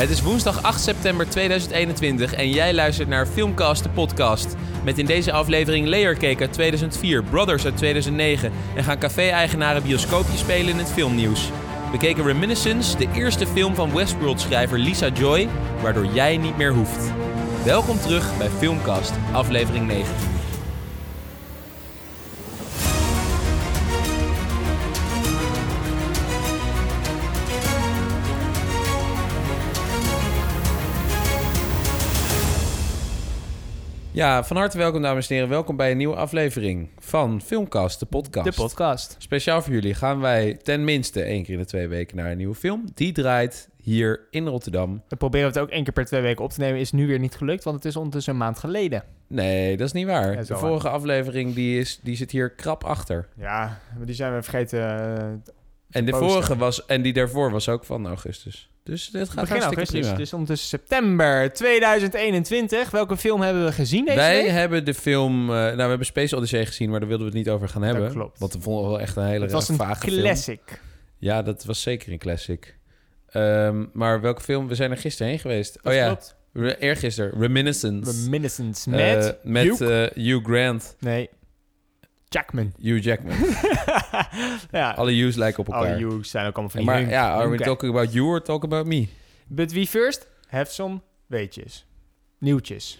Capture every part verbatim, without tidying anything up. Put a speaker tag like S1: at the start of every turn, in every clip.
S1: Het is woensdag acht september tweeduizend eenentwintig en jij luistert naar Filmcast, de podcast. Met in deze aflevering Layer Cake uit tweeduizend vier, Brothers uit tweeduizend negen en gaan café-eigenaren bioscoopjes spelen in het filmnieuws. We keken Reminiscence, de eerste film van Westworld-schrijver Lisa Joy, waardoor jij niet meer hoeft. Welkom terug bij Filmcast, aflevering negentien. Ja, van harte welkom dames en heren. Welkom bij een nieuwe aflevering van Filmcast, de podcast.
S2: De podcast.
S1: Speciaal voor jullie gaan wij tenminste één keer in de twee weken naar een nieuwe film. Die draait hier in Rotterdam.
S2: We proberen het ook één keer per twee weken op te nemen. Is nu weer niet gelukt, want het is ondertussen een maand geleden.
S1: Nee, dat is niet waar.
S2: Ja, is
S1: de
S2: wel
S1: vorige
S2: waar.
S1: aflevering die is, die zit hier krap achter.
S2: Ja, maar die zijn we vergeten uh,
S1: En de
S2: posten.
S1: vorige was, en die daarvoor was ook van augustus. Dus dit gaat
S2: Begin
S1: hartstikke
S2: augustus.
S1: prima.
S2: Het is ondertussen september tweeduizend eenentwintig. Welke film hebben we gezien deze
S1: Wij
S2: week?
S1: hebben de film... Uh, nou, we hebben Space Odyssey gezien, maar daar wilden we het niet over gaan hebben.
S2: Dat klopt.
S1: Want we vonden wel echt een hele
S2: Het was een
S1: vage
S2: classic.
S1: film. Ja, dat was zeker een classic. Um, maar welke film? We zijn er gisteren heen geweest.
S2: Dat
S1: oh ja,
S2: klopt.
S1: Re- eergisteren. Reminiscence.
S2: Reminiscence
S1: Uh,
S2: met...
S1: met
S2: Hugh?
S1: uh, Hugh Grant.
S2: Nee. Jackman.
S1: Hugh Jackman.
S2: ja.
S1: Alle Hughes lijken op elkaar.
S2: Alle Hughes zijn ook allemaal van
S1: Ja,
S2: die
S1: maar
S2: hunk-
S1: ja, are we
S2: hunken.
S1: talking about you or talking about me?
S2: But we first have some weetjes. Nieuwtjes.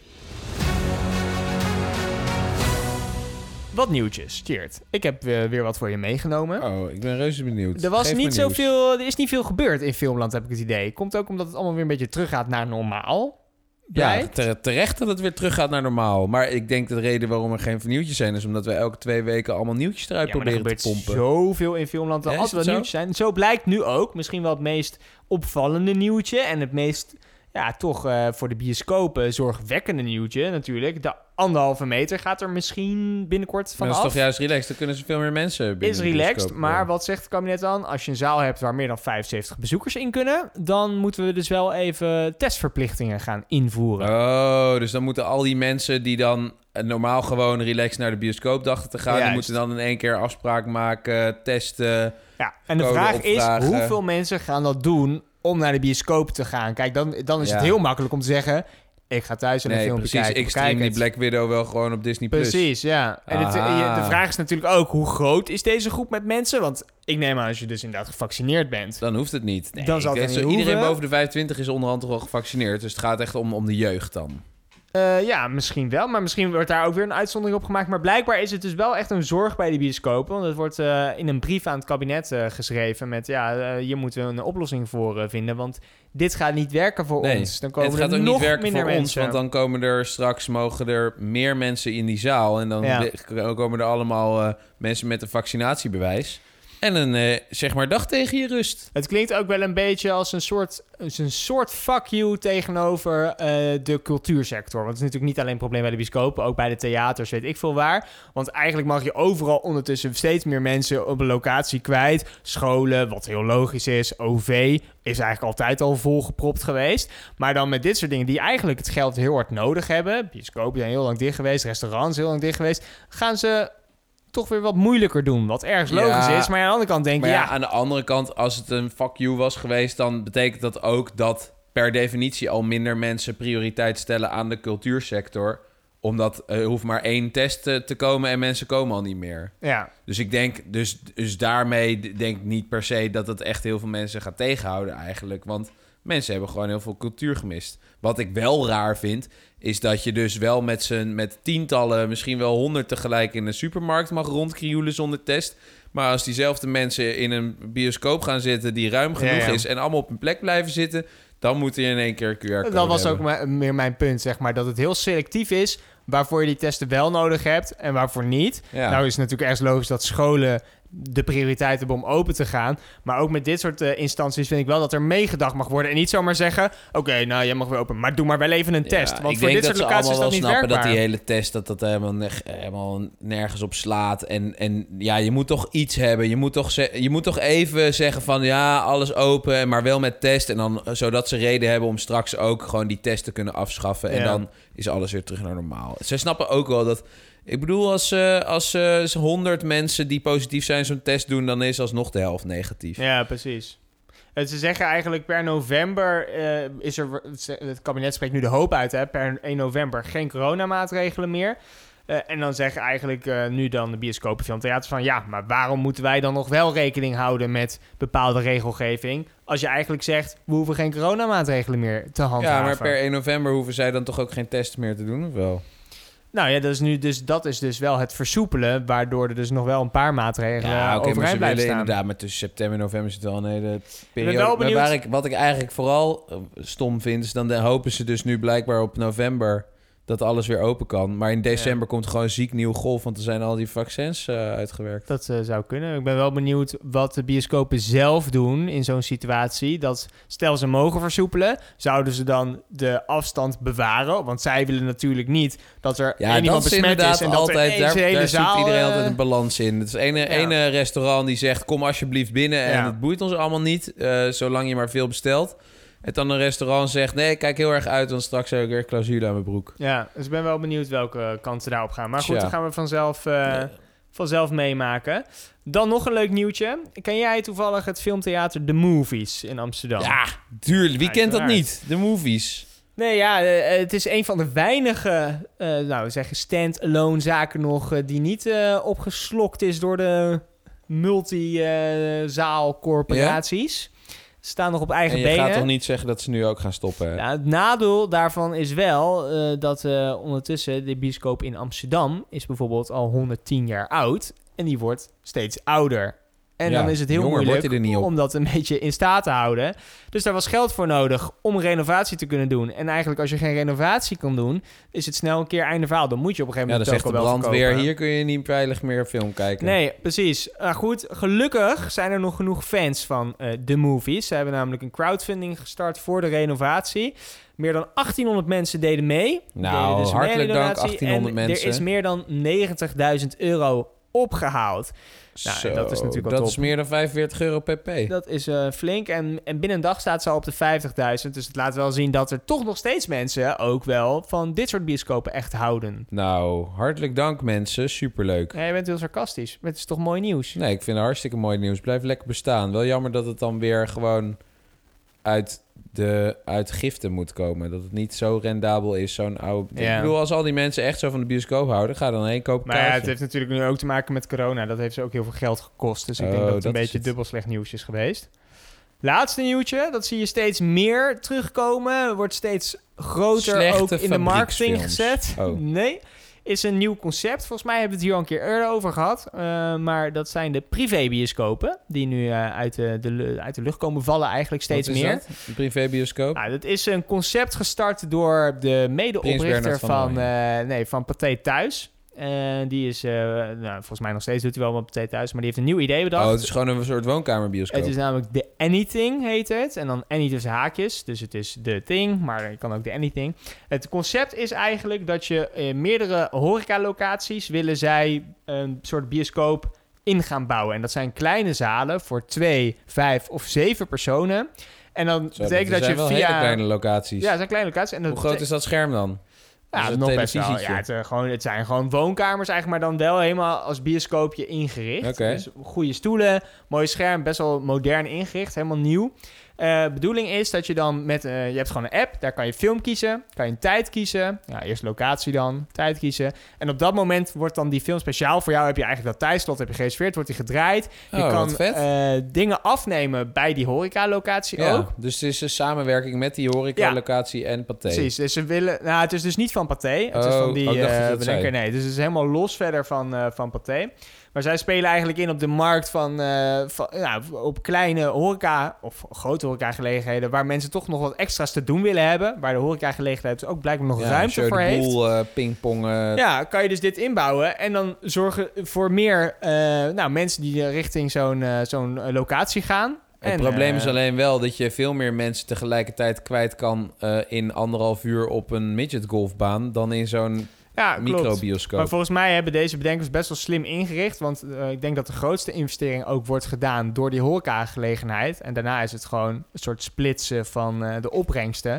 S2: Wat nieuwtjes, Tjeerd. Ik heb uh, weer wat voor je meegenomen.
S1: Oh, ik ben reuze benieuwd.
S2: Er was
S1: Geef
S2: niet
S1: me nieuws.
S2: zoveel, er is niet veel gebeurd in filmland, heb ik het idee. Komt ook omdat het allemaal weer een beetje teruggaat naar normaal.
S1: Ja,
S2: Blijkt.
S1: ter- terecht dat het weer teruggaat naar normaal. Maar ik denk dat de reden waarom er geen nieuwtjes zijn... is omdat we elke twee weken allemaal nieuwtjes eruit
S2: Ja, maar er
S1: proberen te
S2: gebeurt
S1: pompen.
S2: zoveel in filmland. Dat
S1: Ja, is
S2: altijd
S1: het
S2: wel
S1: zo?
S2: nieuwtjes zijn. Zo blijkt nu ook misschien wel het meest opvallende nieuwtje. En het meest, ja, toch uh, voor de bioscopen zorgwekkende nieuwtje natuurlijk. De anderhalve meter gaat er misschien binnenkort
S1: Maar
S2: vanaf.
S1: dat is toch juist relaxed? Dan kunnen ze veel meer mensen binnen
S2: Is
S1: de
S2: relaxed,
S1: bioscoop
S2: maar
S1: komen.
S2: wat zegt het kabinet dan? Als je een zaal hebt waar meer dan vijfenzeventig bezoekers in kunnen... dan moeten we dus wel even testverplichtingen gaan invoeren.
S1: Oh, dus dan moeten al die mensen die dan normaal gewoon relaxed naar de bioscoop dachten te gaan... die
S2: Juist.
S1: moeten dan in één keer afspraak maken, testen.
S2: Ja, en de
S1: code
S2: vraag
S1: opvragen.
S2: is, hoeveel mensen gaan dat doen om naar de bioscoop te gaan? Kijk, dan, dan is
S1: Ja.
S2: het heel makkelijk om te zeggen... ik ga thuis een
S1: Nee,
S2: filmpje
S1: precies.
S2: kijken.
S1: Ik stream
S2: bekijk
S1: die
S2: het.
S1: Black Widow wel gewoon op Disney+. Plus.
S2: Precies, ja. En het,
S1: Ah.
S2: je- de vraag is natuurlijk ook, hoe groot is deze groep met mensen? Want ik neem aan, als je dus inderdaad gevaccineerd bent...
S1: Dan hoeft het niet. Nee,
S2: Dan zal
S1: ik
S2: het
S1: weet
S2: niet
S1: zo, iedereen
S2: hoeven.
S1: boven de vijfentwintig is onderhand toch wel gevaccineerd. Dus het gaat echt om, om de jeugd dan.
S2: Uh, ja, misschien wel. Maar misschien wordt daar ook weer een uitzondering op gemaakt. Maar blijkbaar is het dus wel echt een zorg bij de bioscopen. Want het wordt uh, in een brief aan het kabinet uh, geschreven met... ja, uh, hier moeten we een oplossing voor uh, vinden. Want dit gaat niet werken voor
S1: Nee,
S2: ons. Dan komen
S1: het gaat
S2: er
S1: ook
S2: nog
S1: niet werken
S2: minder
S1: voor
S2: mensen.
S1: ons. Want dan komen er straks, mogen er meer mensen in die zaal. En dan
S2: Ja.
S1: de- komen er allemaal uh, mensen met een vaccinatiebewijs. En een, uh, zeg maar, dag tegen je rust.
S2: Het klinkt ook wel een beetje als een soort, als een soort fuck you tegenover uh, de cultuursector. Want het is natuurlijk niet alleen een probleem bij de bioscopen, ook bij de theaters, weet ik veel waar. Want eigenlijk mag je overal ondertussen steeds meer mensen op een locatie kwijt. Scholen, wat heel logisch is. O V is eigenlijk altijd al volgepropt geweest. Maar dan met dit soort dingen die eigenlijk het geld heel hard nodig hebben. Bioscopen zijn heel lang dicht geweest, restaurants heel lang dicht geweest. Gaan ze toch weer wat moeilijker doen, wat ergens logisch
S1: Ja,
S2: is. Maar aan de andere kant denk
S1: Maar
S2: je,
S1: ja,
S2: ja,
S1: aan de andere kant, als het een fuck you was geweest... dan betekent dat ook dat per definitie al minder mensen prioriteit stellen aan de cultuursector. Omdat er hoeft maar één test te, te komen en mensen komen al niet meer.
S2: ja.
S1: Dus ik denk, dus, dus daarmee denk ik niet per se dat het echt heel veel mensen gaat tegenhouden eigenlijk. Want mensen hebben gewoon heel veel cultuur gemist. Wat ik wel raar vind, is dat je dus wel met z'n met tientallen, misschien wel honderd tegelijk in een supermarkt mag rondkrioelen zonder test. Maar als diezelfde mensen in een bioscoop gaan zitten die ruim genoeg
S2: Ja, ja.
S1: is en allemaal op een plek blijven zitten, dan moet je in één keer een Q R-code
S2: Dat was ook
S1: hebben.
S2: me- meer mijn punt, zeg maar. Dat het heel selectief is waarvoor je die testen wel nodig hebt en waarvoor niet.
S1: Ja.
S2: Nou is het natuurlijk ergens logisch dat scholen de prioriteit hebben om open te gaan. Maar ook met dit soort uh, instanties vind ik wel dat er meegedacht mag worden. En niet zomaar zeggen, oké, okay, nou, jij mag weer open. Maar doe maar wel even een test.
S1: Ja,
S2: Want
S1: ik
S2: voor
S1: denk
S2: dit
S1: dat
S2: soort
S1: ze
S2: locaties is
S1: allemaal
S2: dat
S1: wel
S2: niet
S1: snappen
S2: werkbaar.
S1: dat die hele test dat dat helemaal, ne- helemaal nergens op slaat. En, en ja, je moet toch iets hebben. Je moet toch, ze- je moet toch even zeggen van ja, alles open, maar wel met test. En dan zodat ze reden hebben om straks ook gewoon die test te kunnen afschaffen. En
S2: Ja.
S1: dan is alles weer terug naar normaal. Ze snappen ook wel dat. Ik bedoel, als, uh, als uh, honderd mensen die positief zijn zo'n test doen, dan is alsnog de helft negatief.
S2: Ja, precies. Uh, ze zeggen eigenlijk per november uh, is er... Het kabinet spreekt nu de hoop uit, hè. Per één november geen coronamaatregelen meer. Uh, en dan zeggen eigenlijk uh, nu dan de bioscopen, filmtheaters van... ja, maar waarom moeten wij dan nog wel rekening houden met bepaalde regelgeving... als je eigenlijk zegt, we hoeven geen coronamaatregelen meer te handhaven.
S1: Ja, maar per één november hoeven zij dan toch ook geen testen meer te doen, of wel?
S2: Nou ja, dat is, nu dus, dat is dus wel het versoepelen... waardoor er dus nog wel een paar maatregelen
S1: ja, okay,
S2: overeind blijven staan.
S1: Inderdaad, maar tussen september en november zit wel een hele periode.
S2: wel benieuwd...
S1: Maar waar ik, wat ik eigenlijk vooral stom vind... is dan de, hopen ze dus nu blijkbaar op november... dat alles weer open kan. Maar in december ja. komt gewoon ziek nieuw golf... want er zijn al die vaccins uh, uitgewerkt.
S2: Dat uh, zou kunnen. Ik ben wel benieuwd wat de bioscopen zelf doen in zo'n situatie. Dat stel ze mogen versoepelen... zouden ze dan de afstand bewaren? Want zij willen natuurlijk niet dat er
S1: ja,
S2: één iemand besmet is... en dat
S1: altijd,
S2: er
S1: daar,
S2: hele
S1: daar
S2: zaal...
S1: zoekt iedereen
S2: uh,
S1: altijd een balans in. Het is ene, ja. ene restaurant die zegt... kom alsjeblieft binnen en ja. het boeit ons allemaal niet... Uh, zolang je maar veel bestelt... En dan een restaurant zegt... nee, kijk heel erg uit... want straks heb ik weer clausule aan mijn broek.
S2: Ja, dus ik ben wel benieuwd welke kanten daarop gaan. Maar goed,
S1: Tja.
S2: dat gaan we vanzelf, uh,
S1: ja.
S2: vanzelf meemaken. Dan nog een leuk nieuwtje. Ken jij toevallig het filmtheater The Movies in Amsterdam?
S1: Ja, duurlijk. Wie
S2: ja,
S1: kent dat
S2: uiteraard.
S1: niet? The Movies.
S2: Nee, ja, uh, het is een van de weinige... Uh, nou, we zeggen stand-alone zaken nog... Uh, die niet uh, opgeslokt is door de multi-zaal-corporaties. Uh, staan nog op eigen
S1: benen. En je
S2: benen.
S1: gaat toch niet zeggen dat ze nu ook gaan stoppen? Hè?
S2: Nou, het nadeel daarvan is wel uh, dat uh, ondertussen de bioscoop in Amsterdam is bijvoorbeeld al honderdtien jaar oud. En die wordt steeds ouder. En
S1: ja,
S2: dan is het heel moeilijk om dat een beetje in staat te houden. Dus daar was geld voor nodig om een renovatie te kunnen doen. En eigenlijk als je geen renovatie kan doen, is het snel een keer einde verhaal. Dan moet je op een gegeven moment
S1: ja,
S2: ook al wel verkopen.
S1: Ja, dan zegt de brandweer, hier kun je niet veilig meer film kijken.
S2: Nee, precies. Nou goed, gelukkig zijn er nog genoeg fans van uh, The Movies. Ze hebben namelijk een crowdfunding gestart voor de renovatie. Meer dan achttienhonderd mensen deden mee.
S1: Nou,
S2: deden dus
S1: hartelijk
S2: mee
S1: dank, achttienhonderd
S2: en
S1: mensen.
S2: Er is meer dan negentigduizend euro opgehaald. Nou,
S1: Zo,
S2: dat is natuurlijk
S1: dat
S2: top.
S1: is meer dan vijfenveertig euro per p.
S2: Dat is uh, flink. En, en binnen een dag staat ze al op de vijftigduizend. Dus het laat wel zien dat er toch nog steeds mensen ook wel van dit soort bioscopen echt houden.
S1: Nou, hartelijk dank mensen. Superleuk.
S2: Ja, je bent heel sarcastisch. Het is toch mooi nieuws?
S1: Nee, ik vind het hartstikke mooi nieuws. Blijf lekker bestaan. Wel jammer dat het dan weer gewoon uit de uit giften moet komen. Dat het niet zo rendabel is, zo'n oude... Ja. Ik bedoel, als al die mensen echt zo van de bioscoop houden, ga dan heen kopen.
S2: Maar ja, het heeft natuurlijk nu ook te maken met corona. Dat heeft ze ook heel veel geld gekost. Dus ik
S1: oh,
S2: denk dat het
S1: dat
S2: een beetje dubbel slecht nieuws is geweest. Laatste nieuwtje, dat zie je steeds meer terugkomen. Wordt steeds groter
S1: Slechte
S2: ook in de marketing gezet.
S1: Oh.
S2: Nee, is een nieuw concept. Volgens mij hebben we het hier al een keer eerder over gehad. Uh, maar dat zijn de privébioscopen. Die nu uh, uit, de, de, uit de lucht komen vallen eigenlijk steeds
S1: Wat is
S2: meer.
S1: Dat? Een privébioscoop?
S2: Nou, dat is een concept gestart door de medeoprichter van, van, uh, nee, van Pathé Thuis. Uh, die is, uh, nou, volgens mij nog steeds doet hij wel wat Pathé Thuis, maar die heeft een nieuw idee bedacht.
S1: Oh, het is gewoon een soort woonkamerbioscoop.
S2: Het is namelijk The Anything, heet het. En dan Any tussen haakjes. Dus het is The Thing, maar je kan ook The Anything. Het concept is eigenlijk dat je in meerdere horecalocaties willen zij een soort bioscoop in gaan bouwen. En dat zijn kleine zalen voor twee, vijf of zeven personen. En dan
S1: Zo,
S2: betekent dat,
S1: dat
S2: je
S1: wel
S2: via...
S1: hele kleine locaties.
S2: Ja, het zijn kleine locaties. En dat
S1: Hoe groot is dat scherm dan?
S2: Ja,
S1: dus
S2: nog best wel. Ja, het, uh, gewoon, het zijn gewoon woonkamers eigenlijk, maar dan wel helemaal als bioscoopje ingericht.
S1: Okay.
S2: Dus goede stoelen, mooi scherm, best wel modern ingericht, helemaal nieuw. De uh, bedoeling is dat je dan met... Uh, je hebt gewoon een app, daar kan je film kiezen, kan je een tijd kiezen. Ja, eerst locatie dan, tijd kiezen. En op dat moment wordt dan die film speciaal voor jou. Heb je eigenlijk dat tijdslot, heb je gereserveerd, wordt die gedraaid. Je
S1: oh,
S2: kan uh, dingen afnemen bij die horecalocatie
S1: ja,
S2: ook.
S1: Dus het is een samenwerking met die horecalocatie ja. en Pathé.
S2: Precies, dus ze willen... Nou, het is dus niet van Pathé. Het
S1: oh,
S2: is van die
S1: oh,
S2: uh, bedenker. Nee, dus het is helemaal los verder van, uh, van Pathé. Maar zij spelen eigenlijk in op de markt van, uh, van nou, op kleine horeca of grote horecagelegenheden waar mensen toch nog wat extra's te doen willen hebben. Waar de horecagelegenheid dus ook blijkbaar nog ja, ruimte voor heeft.
S1: Boel, uh, pingpongen.
S2: Ja, kan je dus dit inbouwen en dan zorgen voor meer uh, nou, mensen die richting zo'n, uh, zo'n locatie gaan.
S1: Het
S2: en,
S1: probleem
S2: uh,
S1: is alleen wel dat je veel meer mensen tegelijkertijd kwijt kan uh, in anderhalf uur op een midgetgolfbaan dan in zo'n
S2: ja,
S1: microbioscoop.
S2: Maar volgens mij hebben deze bedenkers best wel slim ingericht. Want uh, ik denk dat de grootste investering ook wordt gedaan door die horecagelegenheid. En daarna is het gewoon een soort splitsen van uh, de opbrengsten.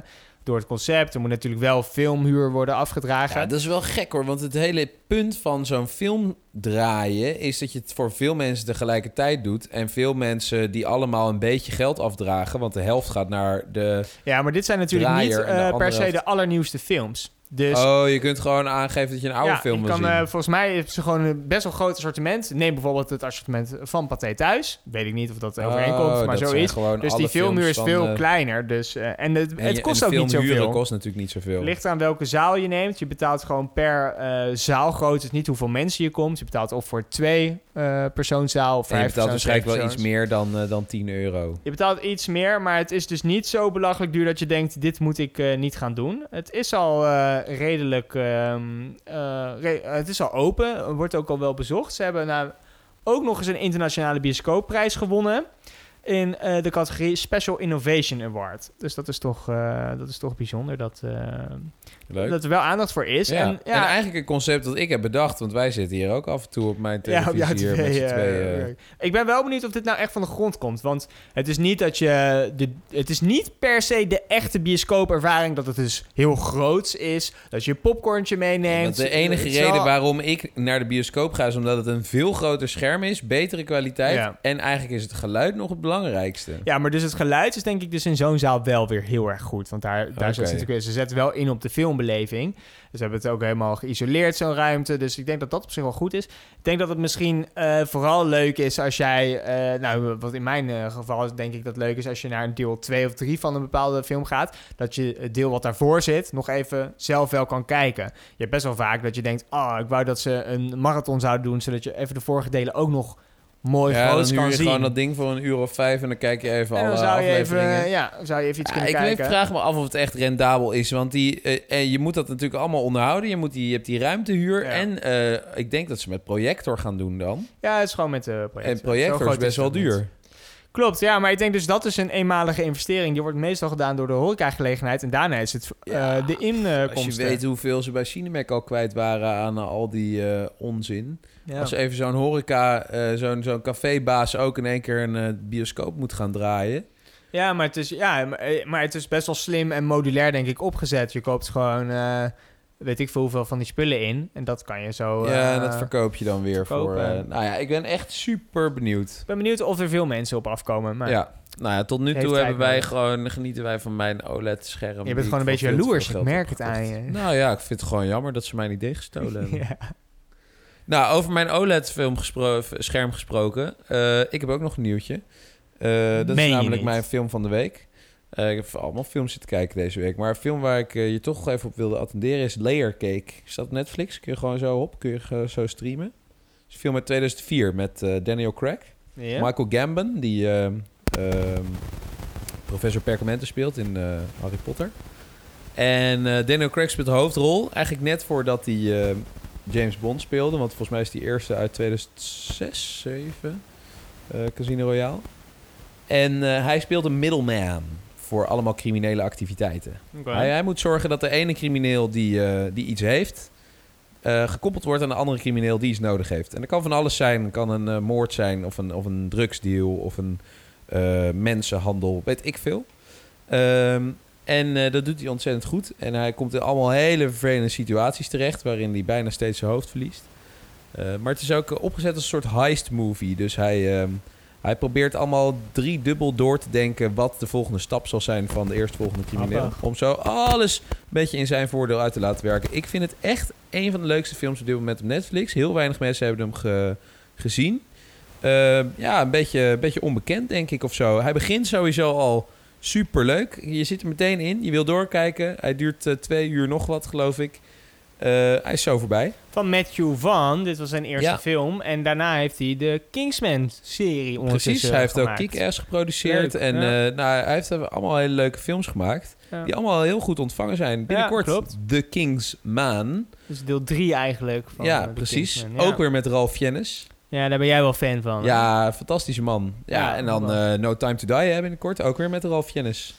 S2: door het concept. Er moet natuurlijk wel filmhuur worden afgedragen.
S1: Ja, dat is wel gek hoor, want het hele punt van zo'n film draaien is dat je het voor veel mensen tegelijkertijd doet en veel mensen die allemaal een beetje geld afdragen, want de helft gaat naar de
S2: Ja, maar dit zijn natuurlijk niet
S1: draaier en de
S2: uh,
S1: andere
S2: per se
S1: helft-
S2: de allernieuwste films. Dus
S1: Oh, je kunt gewoon aangeven dat je een oude
S2: ja,
S1: film
S2: je
S1: wil
S2: kan,
S1: zien.
S2: eh, volgens mij hebben ze gewoon een best wel groot assortiment. Neem bijvoorbeeld het assortiment van Pathé Thuis. Weet ik niet of dat overeenkomt,
S1: Oh,
S2: maar
S1: dat
S2: zoiets.
S1: zijn gewoon
S2: Dus
S1: alle
S2: die filmhuur is
S1: films
S2: veel
S1: van, eh,
S2: kleiner. Dus, uh, en het,
S1: en
S2: het
S1: je-
S2: kost
S1: en
S2: ook niet
S1: filmhuren
S2: zoveel.
S1: kost natuurlijk niet zoveel.
S2: Het ligt aan welke zaal je neemt. Je betaalt gewoon per uh, zaalgrootte. Dus niet hoeveel mensen je komt. Je betaalt of voor twee uh, persoonszaal of
S1: En je
S2: vijf
S1: betaalt
S2: persoons,
S1: waarschijnlijk wel
S2: twee
S1: iets
S2: persoons.
S1: meer dan, uh, dan tien euro.
S2: Je betaalt iets meer, maar het is dus niet zo belachelijk duur dat je denkt, dit moet ik uh, niet gaan doen. Het is al uh, redelijk, um, uh, re- uh, het is al open, wordt ook al wel bezocht. Ze hebben nou ook nog eens een internationale bioscoopprijs gewonnen in uh, de categorie Special Innovation Award. Dus dat is toch, uh, dat is toch bijzonder dat, uh,
S1: Leuk.
S2: dat er wel aandacht voor is.
S1: Ja.
S2: En,
S1: En,
S2: ja,
S1: eigenlijk een concept dat ik heb bedacht, want wij zitten hier ook af en toe op mijn
S2: Ja, op
S1: televisie
S2: jouw
S1: hier
S2: tv,
S1: met z'n
S2: eh,
S1: tweeën.
S2: eh. Ik ben wel benieuwd of dit nou echt van de grond komt. Want het is niet dat je... De, het is niet per se de echte bioscoopervaring dat het dus heel groots is. Dat je een popcornje meeneemt.
S1: Want de enige
S2: Het is
S1: reden
S2: wel-
S1: waarom ik naar de bioscoop ga is omdat het een veel groter scherm is, betere kwaliteit
S2: Ja.
S1: en eigenlijk is het geluid nog het belangrijkste.
S2: Ja, maar dus het geluid is denk ik dus in zo'n zaal wel weer heel erg goed. Want daar, daar
S1: Oké.
S2: zit ze natuurlijk... Ze zetten wel in op de filmbeleving. Dus ze hebben het ook helemaal geïsoleerd, zo'n ruimte. Dus ik denk dat dat op zich wel goed is. Ik denk dat het misschien uh, vooral leuk is als jij... Uh, nou, wat in mijn uh, geval is, denk ik dat leuk is als je naar een deel twee of drie van een bepaalde film gaat. Dat je het deel wat daarvoor zit nog even zelf wel kan kijken. Je hebt best wel vaak dat je denkt... Ah, oh, ik wou dat ze een marathon zouden doen, zodat je even de vorige delen ook nog mooi
S1: Ja,
S2: groots
S1: dan huur
S2: kan
S1: je
S2: zien.
S1: gewoon dat ding voor een uur of vijf en dan kijk je even
S2: en
S1: alle
S2: dan zou je,
S1: afleveringen.
S2: even, ja, zou je even iets
S1: Ja,
S2: kunnen
S1: ik
S2: kijken.
S1: weet- vraag me af of het echt rendabel is, want die, uh, en je moet dat natuurlijk allemaal onderhouden. Je, moet die, je hebt die ruimtehuur
S2: Ja.
S1: en uh, ik denk dat ze met projector gaan doen dan.
S2: Ja, het is gewoon met de projector.
S1: En projector
S2: Zo
S1: is
S2: groot
S1: best wel
S2: het niet.
S1: duur.
S2: Klopt, ja, maar ik denk dus dat is een eenmalige investering. Die wordt meestal gedaan door de horecagelegenheid. En daarna is het uh,
S1: Ja,
S2: de inkomsten.
S1: Als je weet hoeveel ze bij Cinemac al kwijt waren aan uh, al die uh, onzin.
S2: Ja.
S1: Als even zo'n horeca, uh, zo'n, zo'n cafébaas ook in één keer een uh, bioscoop moet gaan draaien.
S2: Ja, maar het is, ja, maar, maar het is best wel slim en modulair, denk ik, opgezet. Je koopt gewoon, uh, weet ik veel hoeveel van die spullen in. En dat kan je zo...
S1: Ja,
S2: uh,
S1: en dat verkoop je dan weer
S2: verkopen.
S1: voor... Uh, nou ja, ik ben echt super benieuwd.
S2: Ik ben benieuwd of er veel mensen op afkomen. Maar
S1: Ja, nou ja, tot nu
S2: Heeft
S1: toe
S2: tijd
S1: hebben wij
S2: nodig.
S1: gewoon, genieten wij van mijn O L E D-scherm.
S2: je bent gewoon een beetje jaloers. Ik merk het aan je.
S1: Nou ja, ik vind het gewoon jammer dat ze mijn idee gestolen hebben.
S2: ja.
S1: Nou, over mijn O L E D-film gespro- scherm gesproken. Uh, ik heb ook nog een nieuwtje. Uh, dat
S2: Meen
S1: is
S2: je
S1: namelijk
S2: niet?
S1: mijn film van de week. Uh, ik heb allemaal films zitten kijken deze week. Maar een film waar ik uh, je toch even op wilde attenderen is Layer Cake. Staat op Netflix. Kun je gewoon zo op. Kun je uh, zo streamen. Het is een film uit tweeduizend vier met uh, Daniel Craig.
S2: Ja.
S1: Michael Gambon, die uh, uh, professor Perkamente speelt in uh, Harry Potter. En uh, Daniel Craig speelt de hoofdrol. Eigenlijk net voordat hij uh, James Bond speelde. Want volgens mij is die eerste uit tweeduizend zes, zeven. Uh, Casino Royale. En uh, hij speelt een middleman voor allemaal criminele activiteiten.
S2: Okay.
S1: Hij, hij moet zorgen dat de ene crimineel die, uh, die iets heeft... Uh, gekoppeld wordt aan de andere crimineel die iets nodig heeft. En dat kan van alles zijn. Het kan een uh, moord zijn of een, of een drugsdeal of een uh, mensenhandel, weet ik veel. Um, en uh, dat doet hij ontzettend goed. En hij komt in allemaal hele vervelende situaties terecht... waarin hij bijna steeds zijn hoofd verliest. Uh, maar het is ook uh, opgezet als een soort heist movie. Dus hij, um, hij probeert allemaal drie dubbel door te denken... wat de volgende stap zal zijn van de eerstvolgende crimineel.
S2: Grappig.
S1: Om zo alles een beetje in zijn voordeel uit te laten werken. Ik vind het echt een van de leukste films op dit moment op Netflix. Heel weinig mensen hebben hem ge- gezien. Uh, ja, een beetje, een beetje onbekend, denk ik, of zo. Hij begint sowieso al super leuk. Je zit er meteen in. Je wil doorkijken. Hij duurt uh, twee uur nog wat, geloof ik. Uh, hij is zo voorbij.
S2: Van Matthew Vaughn. Dit was zijn eerste
S1: Ja.
S2: film. En daarna heeft hij de Kingsman-serie ondertussen
S1: Precies, hij heeft
S2: gemaakt.
S1: ook Kick-Ass geproduceerd.
S2: Leuk,
S1: en
S2: ja.
S1: uh, nou, hij heeft allemaal hele leuke films gemaakt.
S2: Ja.
S1: Die allemaal heel goed ontvangen zijn. Binnenkort
S2: klopt.
S1: The Kingsman.
S2: Dus deel drie eigenlijk. Van,
S1: Ja,
S2: uh, de
S1: precies.
S2: Kingsman. Ja.
S1: Ook weer met Ralph Fiennes.
S2: Ja, daar ben jij wel fan van. hè?
S1: Ja, fantastische man. Ja,
S2: Ja,
S1: en dan
S2: wel.
S1: uh, No Time to Die hè, binnenkort. Ook weer met Ralph Fiennes.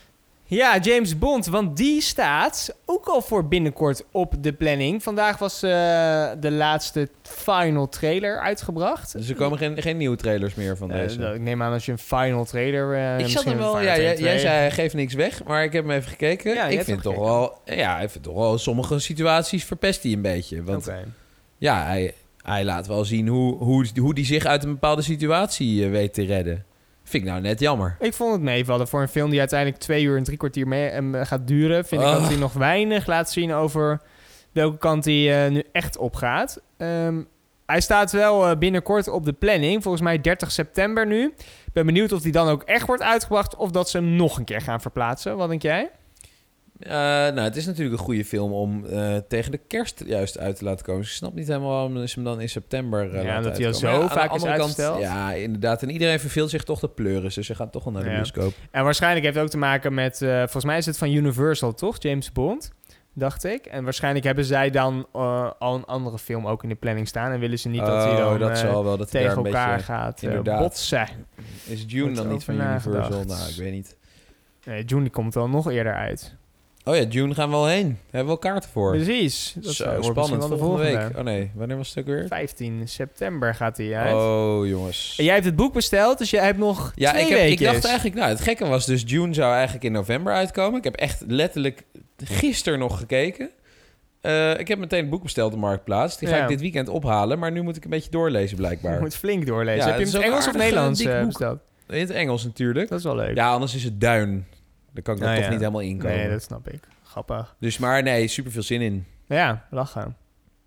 S2: Ja, James Bond, want die staat ook al voor binnenkort op de planning. Vandaag was uh, de laatste final trailer uitgebracht.
S1: Dus er komen geen, geen nieuwe trailers meer van
S2: uh,
S1: deze?
S2: Ik neem aan als je een final trailer... Uh,
S1: ik zat er wel... Ja, jij, jij zei geef niks weg, maar ik heb hem even gekeken.
S2: Ja,
S1: ik vind toch gekeken. wel... Ja, ik vind toch wel sommige situaties verpest hij een beetje. Want
S2: okay.
S1: ja, hij, hij laat wel zien hoe, hoe, hoe die zich uit een bepaalde situatie uh, weet te redden. Vind ik nou net jammer.
S2: Ik vond het meevallen voor een film die uiteindelijk twee uur en drie kwartier mee um, gaat duren. Vind oh. ik dat hij nog weinig laat zien over welke kant hij uh, nu echt op gaat. Um, hij staat wel uh, binnenkort op de planning. Volgens mij dertig september nu. Ik ben benieuwd of die dan ook echt wordt uitgebracht of dat ze hem nog een keer gaan verplaatsen. Wat denk jij?
S1: Uh, nou, het is natuurlijk een goede film om uh, tegen de kerst juist uit te laten komen. Dus ik snap niet helemaal waarom ze hem dan in september uh,
S2: ja, dat hij al zo
S1: ja,
S2: vaak is uitgesteld.
S1: Kant, ja, inderdaad. En iedereen verveelt zich toch te pleuren. Dus ze gaan toch wel naar de ja. bioscoop.
S2: En waarschijnlijk heeft het ook te maken met... Uh, volgens mij is het van Universal, toch? James Bond, dacht ik. En waarschijnlijk hebben zij dan uh, al een andere film ook in de planning staan. En willen ze niet
S1: oh,
S2: dat hij dan
S1: dat
S2: uh,
S1: zal wel, dat
S2: tegen
S1: daar
S2: elkaar
S1: beetje,
S2: gaat uh, botsen.
S1: Is Dune dan niet van Universal? Nou, ik weet niet.
S2: Nee, Dune komt wel nog eerder uit.
S1: Oh ja, Dune gaan we al heen. Daar hebben we al kaarten voor.
S2: Precies.
S1: Dat Zo, is spannend. Volgende, volgende week. Oh nee, wanneer was het ook weer?
S2: vijftien september gaat hij uit.
S1: Oh, jongens.
S2: En jij hebt het boek besteld, dus jij hebt nog
S1: ja,
S2: twee
S1: ik heb,
S2: weken.
S1: Ik dacht eigenlijk, nou, het gekke was dus Dune zou eigenlijk in november uitkomen. Ik heb echt letterlijk gisteren nog gekeken. Uh, ik heb meteen het boek besteld op Marktplaats. Die ga ja. ik dit weekend ophalen, maar nu moet ik een beetje doorlezen blijkbaar.
S2: Je moet flink doorlezen.
S1: Ja,
S2: heb je hem in het Engels of Nederlands uh,
S1: besteld? In het Engels natuurlijk.
S2: Dat is wel leuk.
S1: Ja, anders is het duin. Dan kan ik er nou, toch ja. niet helemaal inkomen.
S2: Nee, dat snap ik. Grappig.
S1: Dus maar nee, super veel zin in.
S2: Ja, lachen.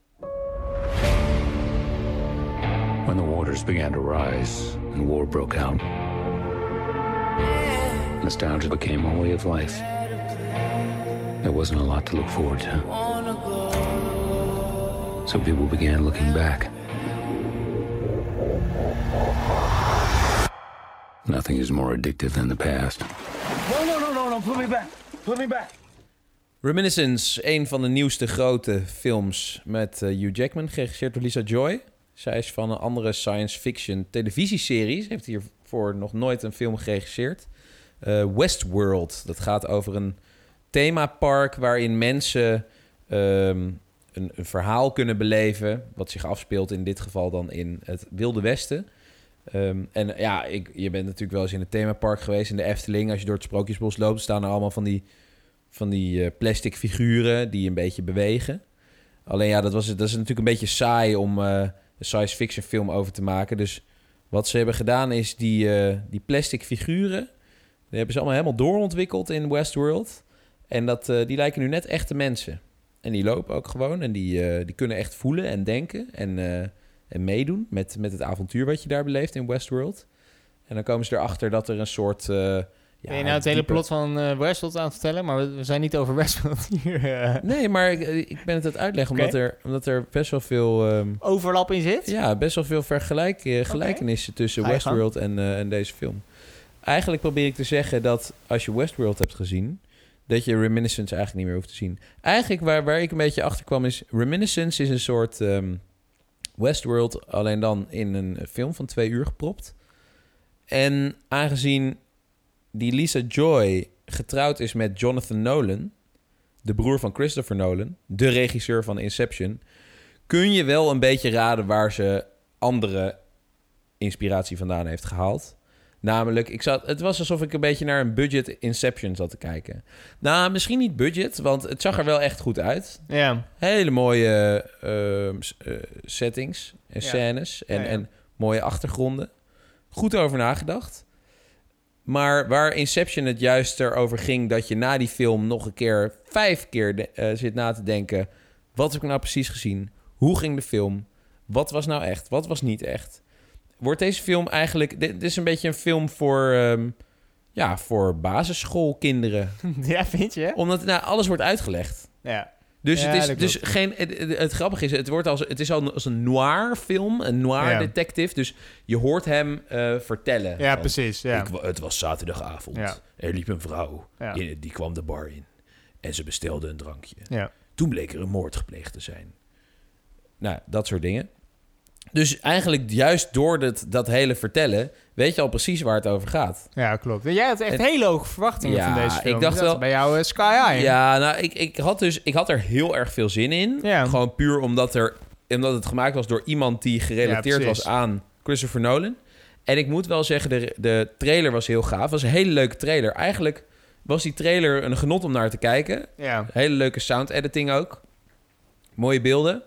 S3: When the waters began to rise and war broke out, nostalgia became a way of life. There wasn't a lot to look forward to. So people began looking back. Nothing is more addictive than the past.
S4: No, no, no, no, no, put me back. Put me back.
S1: Reminiscence, een van de nieuwste grote films met uh, Hugh Jackman, geregisseerd door Lisa Joy. Zij is van een andere science fiction televisieserie. Ze heeft hiervoor nog nooit een film geregisseerd. Uh, Westworld, dat gaat over een themapark waarin mensen um, een, een verhaal kunnen beleven, wat zich afspeelt in dit geval dan in het Wilde Westen. Um, en ja, ik, je bent natuurlijk wel eens in het themapark geweest, in de Efteling. Als je door het Sprookjesbos loopt, staan er allemaal van die, van die uh, plastic figuren die een beetje bewegen. Alleen ja, dat, was, dat is natuurlijk een beetje saai om uh, een science fiction film over te maken. Dus wat ze hebben gedaan is die, uh, die plastic figuren, die hebben ze allemaal helemaal doorontwikkeld in Westworld. En dat, uh, die lijken nu net echte mensen. En die lopen ook gewoon en die, uh, die kunnen echt voelen en denken en... Uh, En meedoen met, met het avontuur wat je daar beleeft in Westworld. En dan komen ze erachter dat er een soort... Uh, ja,
S2: ben je nou het hele plot van uh, Westworld aan het vertellen? Maar we, we zijn niet over Westworld hier. Uh.
S1: Nee, maar ik, ik ben het aan het uitleggen okay. omdat, er, omdat er best wel veel... Um,
S2: overlap in zit?
S1: Ja, best wel veel vergelijk, uh, gelijkenissen okay. tussen Westworld en, uh, en deze film. Eigenlijk probeer ik te zeggen dat als je Westworld hebt gezien, dat je Reminiscence eigenlijk niet meer hoeft te zien. Eigenlijk waar, waar ik een beetje achter kwam is... Reminiscence is een soort... Um, Westworld, alleen dan in een film van twee uur gepropt. En aangezien die Lisa Joy getrouwd is met Jonathan Nolan, de broer van Christopher Nolan, de regisseur van Inception, kun je wel een beetje raden waar ze andere inspiratie vandaan heeft gehaald. Namelijk, ik zat, het was alsof ik een beetje naar een budget Inception zat te kijken. Nou, misschien niet budget, want het zag er wel echt goed uit.
S2: Ja.
S1: Hele mooie uh, uh, settings en ja. scènes en, ja, ja. en mooie achtergronden. Goed over nagedacht. Maar waar Inception het juist erover ging dat je na die film nog een keer, vijf keer de, uh, zit na te denken. Wat heb ik nou precies gezien? Hoe ging de film? Wat was nou echt? Wat was niet echt? Wordt deze film eigenlijk... Dit is een beetje een film voor... Um, ja, voor basisschoolkinderen.
S2: Ja, vind je?
S1: Omdat nou, alles wordt uitgelegd.
S2: Ja.
S1: Dus,
S2: ja,
S1: het, is, dus geen, het, het, het grappige is, het, wordt als, het is al als een noir film, een noir ja. detective. Dus je hoort hem uh, vertellen.
S2: Ja,
S1: van,
S2: precies. Ja.
S1: Ik, het was zaterdagavond. Ja. Er liep een vrouw. Ja. In, die kwam de bar in. En ze bestelde een drankje.
S2: Ja.
S1: Toen bleek er een moord gepleegd te zijn. Nou, dat soort dingen. Dus eigenlijk juist door dat, dat hele vertellen... weet je al precies waar het over gaat.
S2: Ja, klopt. Jij had echt
S1: Het,
S2: hele hoge verwachtingen
S1: ja,
S2: van deze film.
S1: Ik dacht
S2: dat
S1: wel,
S2: bij jou uh, Sky High.
S1: Ja, nou, ik, ik, had dus, ik had er heel erg veel zin in.
S2: Ja.
S1: Gewoon puur omdat, er, omdat het gemaakt was door iemand... die gerelateerd
S2: ja,
S1: was aan Christopher Nolan. En ik moet wel zeggen, de, de trailer was heel gaaf. Het was een hele leuke trailer. Eigenlijk was die trailer een genot om naar te kijken.
S2: Ja.
S1: Hele leuke sound editing ook. Mooie beelden.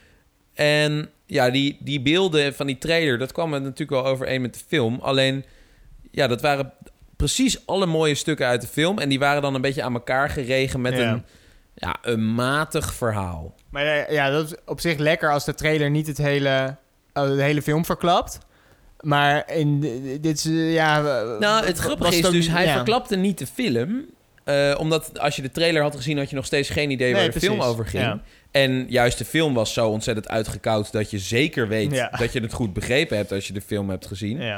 S1: En ja, die, die beelden van die trailer... dat kwam er natuurlijk wel overeen met de film. Alleen, ja, dat waren precies alle mooie stukken uit de film. En die waren dan een beetje aan elkaar geregen met
S2: Ja.
S1: een, ja, een matig verhaal.
S2: Maar uh, ja, dat is op zich lekker als de trailer niet het hele, uh, de hele film verklapt. Maar in dit is, uh, ja... Uh,
S1: Nou, het grappige is
S2: ook,
S1: dus, hij
S2: ja.
S1: verklapte niet de film. Uh, omdat als je de trailer had gezien... had je nog steeds geen idee
S2: Nee,
S1: waar de
S2: precies.
S1: film over ging.
S2: Ja.
S1: En juist de film was zo ontzettend uitgekoud... dat je zeker weet
S2: Ja.
S1: dat je het goed begrepen hebt... als je de film hebt gezien.
S2: Ja.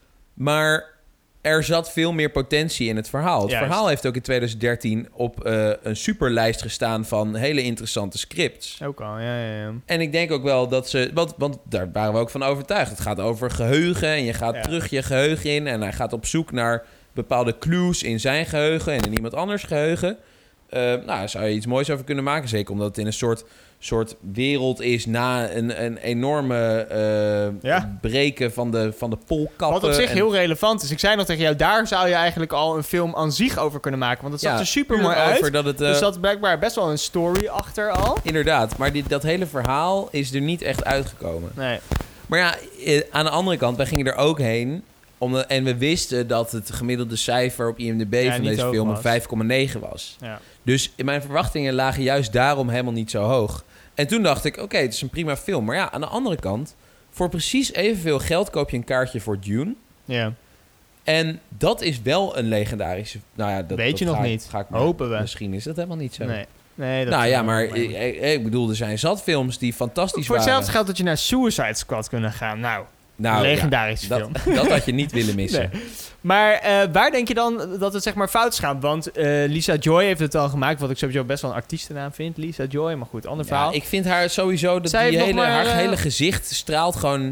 S1: Maar er zat veel meer potentie in het verhaal. Het
S2: Juist.
S1: verhaal heeft ook in twintig dertien op uh, een superlijst gestaan... van hele interessante scripts.
S2: Ook al, ja, ja, ja.
S1: En ik denk ook wel dat ze... Want, want daar waren we ook van overtuigd. Het gaat over geheugen en je gaat
S2: Ja.
S1: terug je geheugen in... en hij gaat op zoek naar bepaalde clues in zijn geheugen... en in iemand anders geheugen. Uh, nou, daar zou je iets moois over kunnen maken. Zeker omdat het in een soort, soort wereld is... na een, een enorme uh,
S2: Ja.
S1: breken van de, van de poolkappen.
S2: Wat op zich
S1: en,
S2: heel relevant is. Ik zei nog tegen jou, daar zou je eigenlijk al een film aan zich over kunnen maken. Want het zag
S1: ja,
S2: er super mooi
S1: puur
S2: uit.
S1: over dat het, uh,
S2: Er zat blijkbaar best wel een story achter al.
S1: Inderdaad, maar dit, dat hele verhaal is er niet echt uitgekomen.
S2: Nee.
S1: Maar ja, eh, aan de andere kant, wij gingen er ook heen... Omdat, en we wisten dat het gemiddelde cijfer op I M D B
S2: Ja,
S1: van
S2: niet
S1: deze
S2: hoog
S1: film een
S2: was.
S1: vijf komma negen was.
S2: Ja.
S1: Dus mijn verwachtingen lagen juist daarom helemaal niet zo hoog. En toen dacht ik, oké, okay, het is een prima film. Maar ja, aan de andere kant, voor precies evenveel geld koop je een kaartje voor Dune.
S2: Ja.
S1: En dat is wel een legendarische... Nou ja, dat,
S2: Weet
S1: dat
S2: je nog
S1: ga ik-
S2: niet.
S1: ga ik maar-
S2: Hopen we.
S1: Misschien is dat helemaal niet zo.
S2: Nee. Nee, dat
S1: nou ja,
S2: uh,
S1: maar
S2: maar-
S1: ik, ik, ik bedoel, er zijn zat films die fantastisch
S2: Voor
S1: waren.
S2: hetzelfde geld dat je naar Suicide Squad kunnen gaan. Nou,
S1: Nou,
S2: legendarische
S1: ja,
S2: film.
S1: dat, dat had je niet willen missen.
S2: Nee. Maar uh, waar denk je dan dat het zeg maar fout gaat? Want uh, Lisa Joy heeft het al gemaakt, wat ik sowieso best wel een artiestennaam vind. Lisa Joy, maar goed, ander
S1: Ja,
S2: verhaal.
S1: ik vind haar sowieso... Dat
S2: Zij
S1: die
S2: heeft
S1: hele,
S2: nog maar,
S1: haar
S2: uh,
S1: hele gezicht straalt gewoon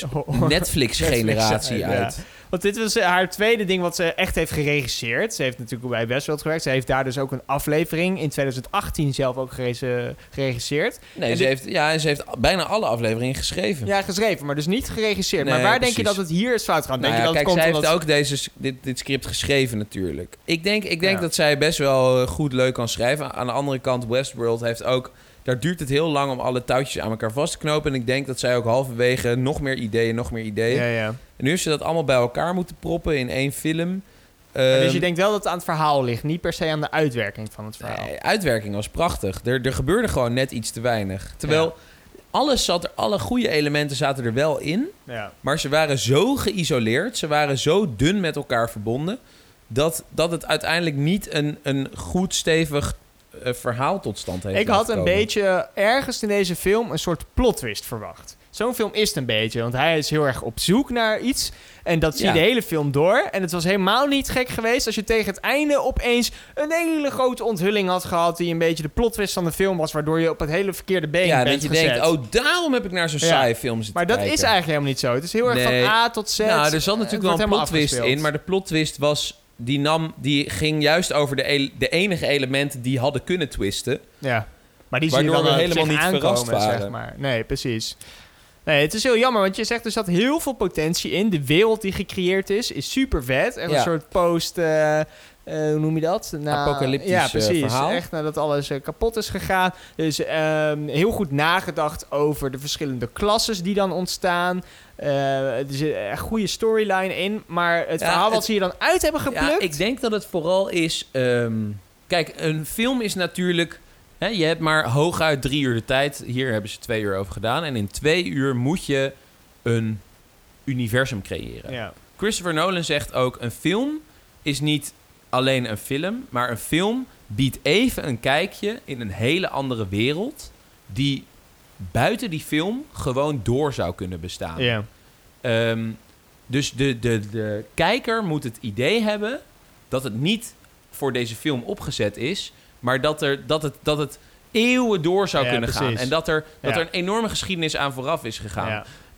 S1: Netflix-generatie
S2: Netflix, ja.
S1: uit.
S2: Want dit was uh, haar tweede ding wat ze echt heeft geregisseerd. Ze heeft natuurlijk bij Westworld gewerkt. Ze heeft daar dus ook een aflevering in twintig achttien zelf ook gerege- geregisseerd.
S1: Nee,
S2: En
S1: ze
S2: dit-
S1: heeft, ja, ze heeft bijna alle afleveringen geschreven.
S2: Ja, geschreven, maar dus niet geregisseerd.
S1: Nee,
S2: maar waar
S1: precies.
S2: denk je dat het hier is fout gaat? Denk
S1: Nou ja,
S2: je dat
S1: kijk,
S2: het komt
S1: zij
S2: omdat...
S1: heeft ook deze, dit, dit script geschreven natuurlijk. Ik denk, ik denk
S2: Ja.
S1: dat zij best wel eh, goed leuk kan schrijven. Aan de andere kant, Westworld heeft ook... Daar duurt het heel lang om alle touwtjes aan elkaar vast te knopen. En ik denk dat zij ook halverwege nog meer ideeën, nog meer ideeën.
S2: Ja, ja.
S1: En nu heeft ze dat allemaal bij elkaar moeten proppen in één film.
S2: Maar dus
S1: Ehm,
S2: je denkt wel dat het aan het verhaal ligt, niet per se aan de uitwerking van het verhaal.
S1: Nee, uitwerking was prachtig. Er, er gebeurde gewoon net iets te weinig. Terwijl alles zat er, alle goede elementen zaten er wel in.
S2: Ja.
S1: Maar ze waren zo geïsoleerd, ze waren zo dun met elkaar verbonden... dat, dat het uiteindelijk niet een, een goed, stevig uh, verhaal tot stand heeft
S2: Ik had
S1: laten
S2: een
S1: komen.
S2: beetje ergens in deze film een soort plot twist verwacht. Zo'n film is het een beetje, want hij is heel erg op zoek naar iets. En dat zie je
S1: Ja.
S2: de hele film door. En het was helemaal niet gek geweest als je tegen het einde opeens een hele grote onthulling had gehad... die een beetje de plot twist van de film was... waardoor je op het hele verkeerde been
S1: Ja,
S2: bent
S1: dat je
S2: gezet.
S1: denkt, oh, daarom heb ik naar zo'n
S2: Ja.
S1: saaie film zitten
S2: Maar dat
S1: kijken.
S2: is eigenlijk helemaal niet zo. Het is heel erg
S1: Nee.
S2: van A tot Z.
S1: Nou, er zat
S2: Het
S1: natuurlijk
S2: wordt
S1: wel een
S2: helemaal
S1: plot twist
S2: afgespeeld.
S1: in... maar de plot twist was... Die, nam, die ging juist over de, ele- de enige elementen die hadden kunnen twisten.
S2: Ja, maar die zie je
S1: Waardoor
S2: dan
S1: we
S2: op
S1: helemaal
S2: zich
S1: niet
S2: aankomen,
S1: verrast waren.
S2: zeg maar. Nee, precies. Nee, het is heel jammer, want je zegt er zat heel veel potentie in. De wereld die gecreëerd is, is super vet. Echt
S1: Ja.
S2: een soort post... eh, eh, hoe noem je dat? Na-
S1: Apocalyptisch,
S2: ja,
S1: eh,
S2: precies.
S1: verhaal.
S2: Echt nadat alles eh, kapot is gegaan. Dus ehm, heel goed nagedacht over de verschillende klasses die dan ontstaan. Eh, er zit een goede storyline in. Maar het
S1: Ja,
S2: verhaal wat
S1: het-
S2: ze hier dan uit hebben
S1: Ja,
S2: geplukt...
S1: ik denk dat het vooral is... ehm, kijk, een film is natuurlijk... Hè, je hebt maar hooguit drie uur de tijd. Hier hebben ze twee uur over gedaan. En in twee uur moet je een universum creëren.
S2: Ja.
S1: Christopher Nolan zegt ook... een film is niet alleen een film... maar een film biedt even een kijkje in een hele andere wereld... die buiten die film gewoon door zou kunnen bestaan.
S2: Ja.
S1: Ehm, dus de, de, de kijker moet het idee hebben dat het niet voor deze film opgezet is, maar dat, er, dat, het, dat het eeuwen door zou
S2: Ja,
S1: kunnen gaan.
S2: precies.
S1: En dat er, dat
S2: Ja.
S1: er een enorme geschiedenis aan vooraf is gegaan.
S2: Ja.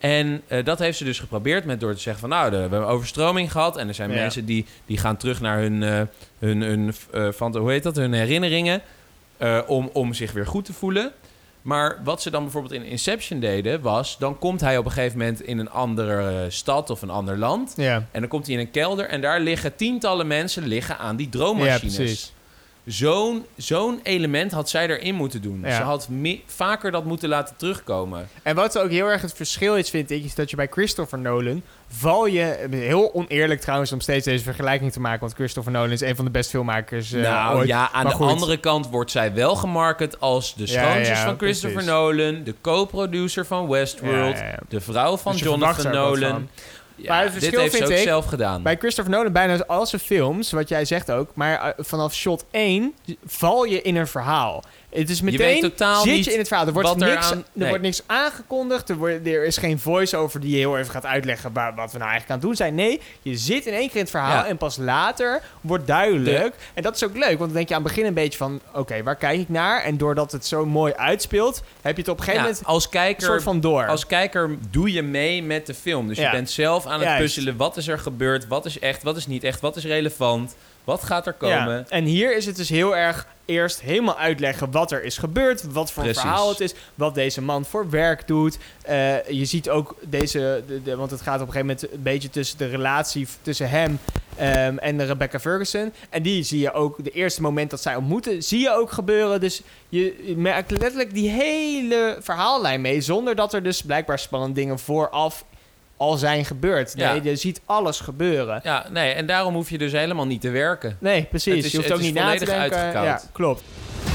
S1: En uh, dat heeft ze dus geprobeerd met door te zeggen van... nou, de, we hebben overstroming gehad. En er zijn
S2: Ja. mensen
S1: die, die gaan terug naar hun, uh, hun, hun, uh, van, hoe heet dat? hun herinneringen... Uh, om, om zich weer goed te voelen. Maar wat ze dan bijvoorbeeld in Inception deden... was, dan komt hij op een gegeven moment... in een andere uh, stad of een ander land.
S2: Ja.
S1: En dan komt hij in een kelder... en daar liggen tientallen mensen liggen aan die droommachines.
S2: Ja, precies.
S1: Zo'n, zo'n element had zij erin moeten doen.
S2: Ja.
S1: Ze had me- vaker dat moeten laten terugkomen.
S2: En wat ook heel erg het verschil is, vind ik... is dat je bij Christopher Nolan... val je... heel oneerlijk trouwens om steeds deze vergelijking te maken... want Christopher Nolan is een van de best filmmakers uh,
S1: nou
S2: ooit.
S1: ja, aan
S2: Maar
S1: de
S2: goed.
S1: andere kant wordt zij wel gemarket... als de
S2: Ja,
S1: schoonzus
S2: ja,
S1: van Christopher
S2: precies.
S1: Nolan... de co-producer van Westworld...
S2: Ja, ja, ja.
S1: de vrouw van
S2: Dus je
S1: Jonathan
S2: verwacht er ook wat
S1: Nolan...
S2: van.
S1: Ja,
S2: Maar het
S1: dit
S2: verschil
S1: heeft ze
S2: vind
S1: ook
S2: ik,
S1: zelf gedaan.
S2: Bij Christopher Nolan bijna al zijn films, wat jij zegt ook... maar uh, vanaf shot één val je in een verhaal. Het is meteen,
S1: weet totaal
S2: zit
S1: niet
S2: je in het verhaal. Er wordt,
S1: wat er
S2: niks,
S1: aan-
S2: er
S1: nee.
S2: wordt niks aangekondigd. Er, wordt, er is geen voice-over die je heel even gaat uitleggen... Waar, wat we nou eigenlijk aan het doen zijn. Nee, je zit in één keer in het verhaal...
S1: Ja.
S2: en pas later wordt duidelijk... en dat is ook leuk, want dan denk je aan het begin een beetje van... oké, okay, waar kijk ik naar? En doordat het zo mooi uitspeelt... heb je het op een gegeven
S1: Ja,
S2: moment
S1: als
S2: een
S1: kijker,
S2: soort van door.
S1: als kijker doe je mee met de film. Dus
S2: Ja.
S1: je bent zelf aan het
S2: Juist.
S1: puzzelen. Wat is er gebeurd? Wat is echt? Wat is niet echt? Wat is relevant? Wat gaat er komen?
S2: Ja, en hier is het dus heel erg eerst helemaal uitleggen wat er is gebeurd, wat voor
S1: Precies.
S2: verhaal het is, wat deze man voor werk doet. Uh, je ziet ook deze, de, de, want het gaat op een gegeven moment een beetje tussen de relatie v- tussen hem um, en de Rebecca Ferguson. En die zie je ook, de eerste moment dat zij ontmoeten, zie je ook gebeuren. Dus je, je merkt letterlijk die hele verhaallijn mee, zonder dat er dus blijkbaar spannende dingen vooraf al zijn gebeurd. Nee,
S1: Ja.
S2: je ziet alles gebeuren.
S1: Ja, nee, en daarom hoef je dus helemaal niet te werken.
S2: Nee, precies.
S1: Het is-
S2: je hoeft
S1: het
S2: ook
S1: is
S2: niet na te
S1: volledig
S2: denken.
S1: uitgekoud.
S2: Ja, klopt.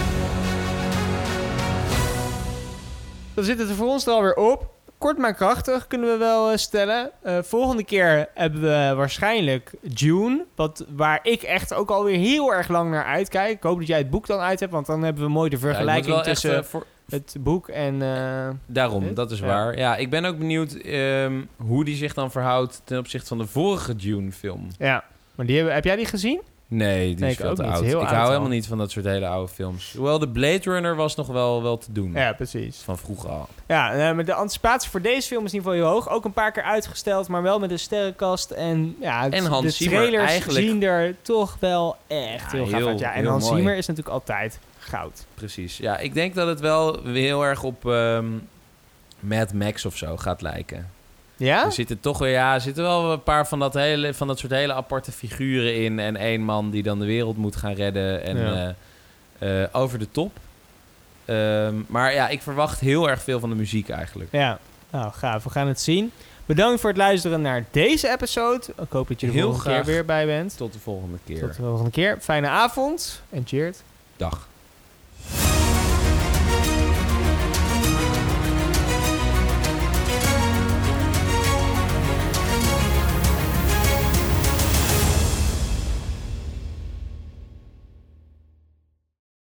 S2: Dan zit het er voor ons er alweer op. Kort maar krachtig kunnen we wel uh, stellen. Uh, volgende keer hebben we waarschijnlijk Dune. Wat, waar ik echt ook alweer heel erg lang naar uitkijk. Ik hoop dat jij het boek dan uit hebt. Want dan hebben we mooi de
S1: Ja, ik moet
S2: vergelijking
S1: wel echt,
S2: tussen
S1: uh, voor...
S2: het boek en... Uh,
S1: Daarom,
S2: Dit?
S1: dat is
S2: Ja.
S1: waar. Ja, ik ben ook benieuwd um, hoe die zich dan verhoudt ten opzichte van de vorige Dune-film.
S2: ja, maar die hebben, heb jij die gezien?
S1: Nee, die
S2: Nee,
S1: is
S2: ik
S1: veel
S2: ook
S1: te
S2: niet.
S1: oud.
S2: Heel
S1: ik
S2: oud
S1: hou
S2: al.
S1: helemaal niet van dat soort hele oude films. Hoewel de Blade Runner was nog wel, wel te doen.
S2: Ja, precies.
S1: Van vroeger al.
S2: Ja, uh, maar de anticipatie voor deze film is in ieder geval heel hoog. Ook een paar keer uitgesteld, maar wel met een sterrenkast. En ja, het-
S1: En Hans
S2: de
S1: Zimmer
S2: trailers
S1: eigenlijk-
S2: zien er toch wel echt
S1: Ja,
S2: heel gaaf
S1: heel-
S2: uit. Ja, en
S1: heel
S2: Hans
S1: mooi.
S2: Zimmer is natuurlijk altijd goud.
S1: Precies. Ja, ik denk dat het wel heel erg op um, Mad Max of zo gaat lijken.
S2: Ja?
S1: Er zitten toch weer, ja, er zitten wel een paar van dat, hele, van dat soort hele aparte figuren in. En één man die dan de wereld moet gaan redden. En
S2: Ja.
S1: uh, uh, over de top. Um, maar ja, ik verwacht heel erg veel van de muziek eigenlijk.
S2: Ja, nou gaaf. We gaan het zien. Bedankt voor het luisteren naar deze episode. Ik hoop dat je er de
S1: Heel
S2: volgende keer
S1: graag.
S2: weer bij bent.
S1: Tot de volgende keer.
S2: Tot de volgende keer. Fijne avond en cheers.
S1: Dag.